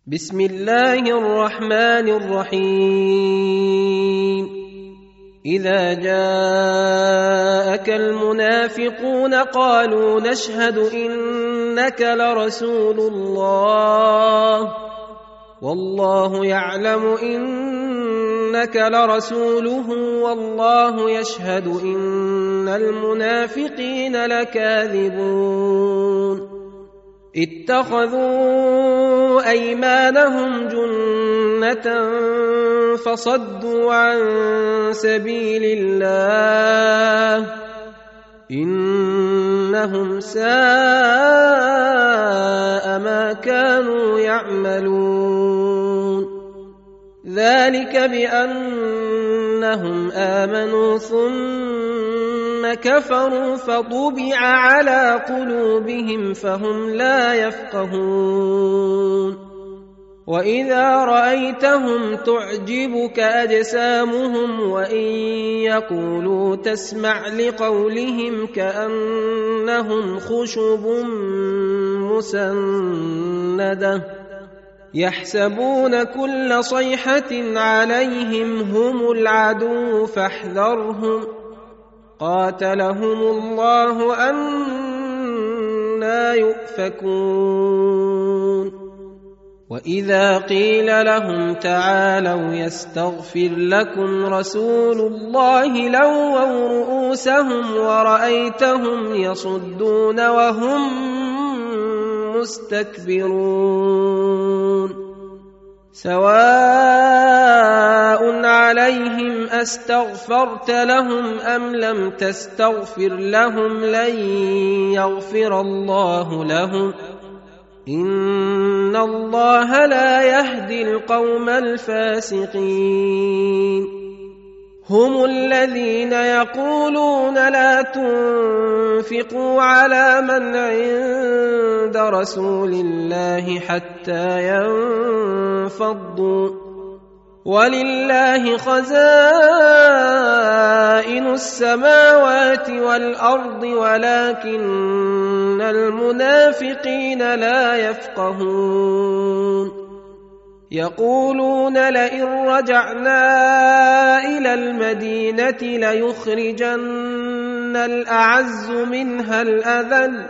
بسم الله الرحمن الرحيم إذا جاءك المنافقون قالوا نشهد إنك لرسول الله والله يعلم إنك لرسوله والله يشهد إن المنافقين لكاذبون اتخذوا أيمانهم جنة فصدوا عن سبيل الله إنهم ساء ما كانوا يعملون ذلك بأنهم آمنوا ثم كفروا فطبع على قلوبهم فهم لا يفقهون وإذا رأيتهم تعجبك أجسامهم وإن يقولوا تسمع لقولهم كأنهم خشب مسندة يحسبون كل صيحة عليهم هم العدو فاحذرهم قاتلهم الله أنى يؤفكون وإذا قيل لهم تعالوا يستغفر لكم رسول الله لووا رؤوسهم ورأيتهم يصدون وهم مستكبرون سواء عليهم أستغفرت لهم أم لم تستغفر لهم لن يغفر الله لهم إن الله لا يهدي القوم الفاسقين هم الذين يقولون لا تنفقوا على من عند رسول الله حتى ينفضوا ولله خزائن السماوات والأرض ولكن المنافقين لا يفقهون يقولون لئن رجعنا إلى المدينة ليخرجن الأعز منها الأذل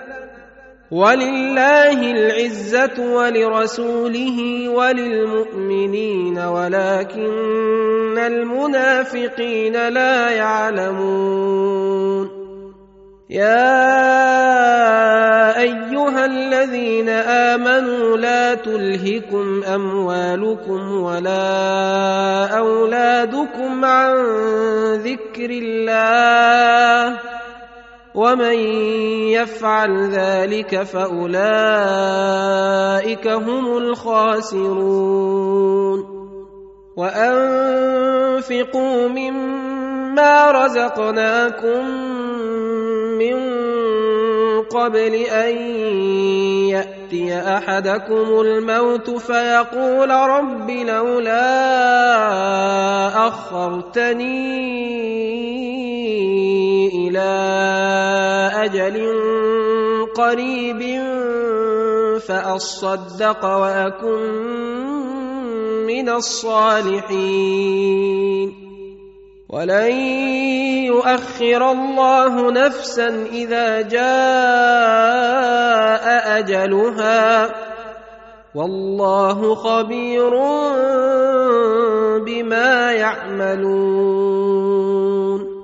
ولله العزة ولرسوله وللمؤمنين ولكن المنافقين لا يعلمون يا أيها الذين آمنوا لا تلهكم أموالكم ولا أولادكم عن ذكر الله ومن يفعل ذلك فأولئك هم الخاسرون وأنفقوا مما رزقناكم من قبل أن يأتي أحدكم الموت فيقول رب لولا أخرتني إلى أجل قريب فأصدق وأكن من الصالحين ولن يؤخر الله نفسا إذا جاء أجلها والله خبير بما يعملون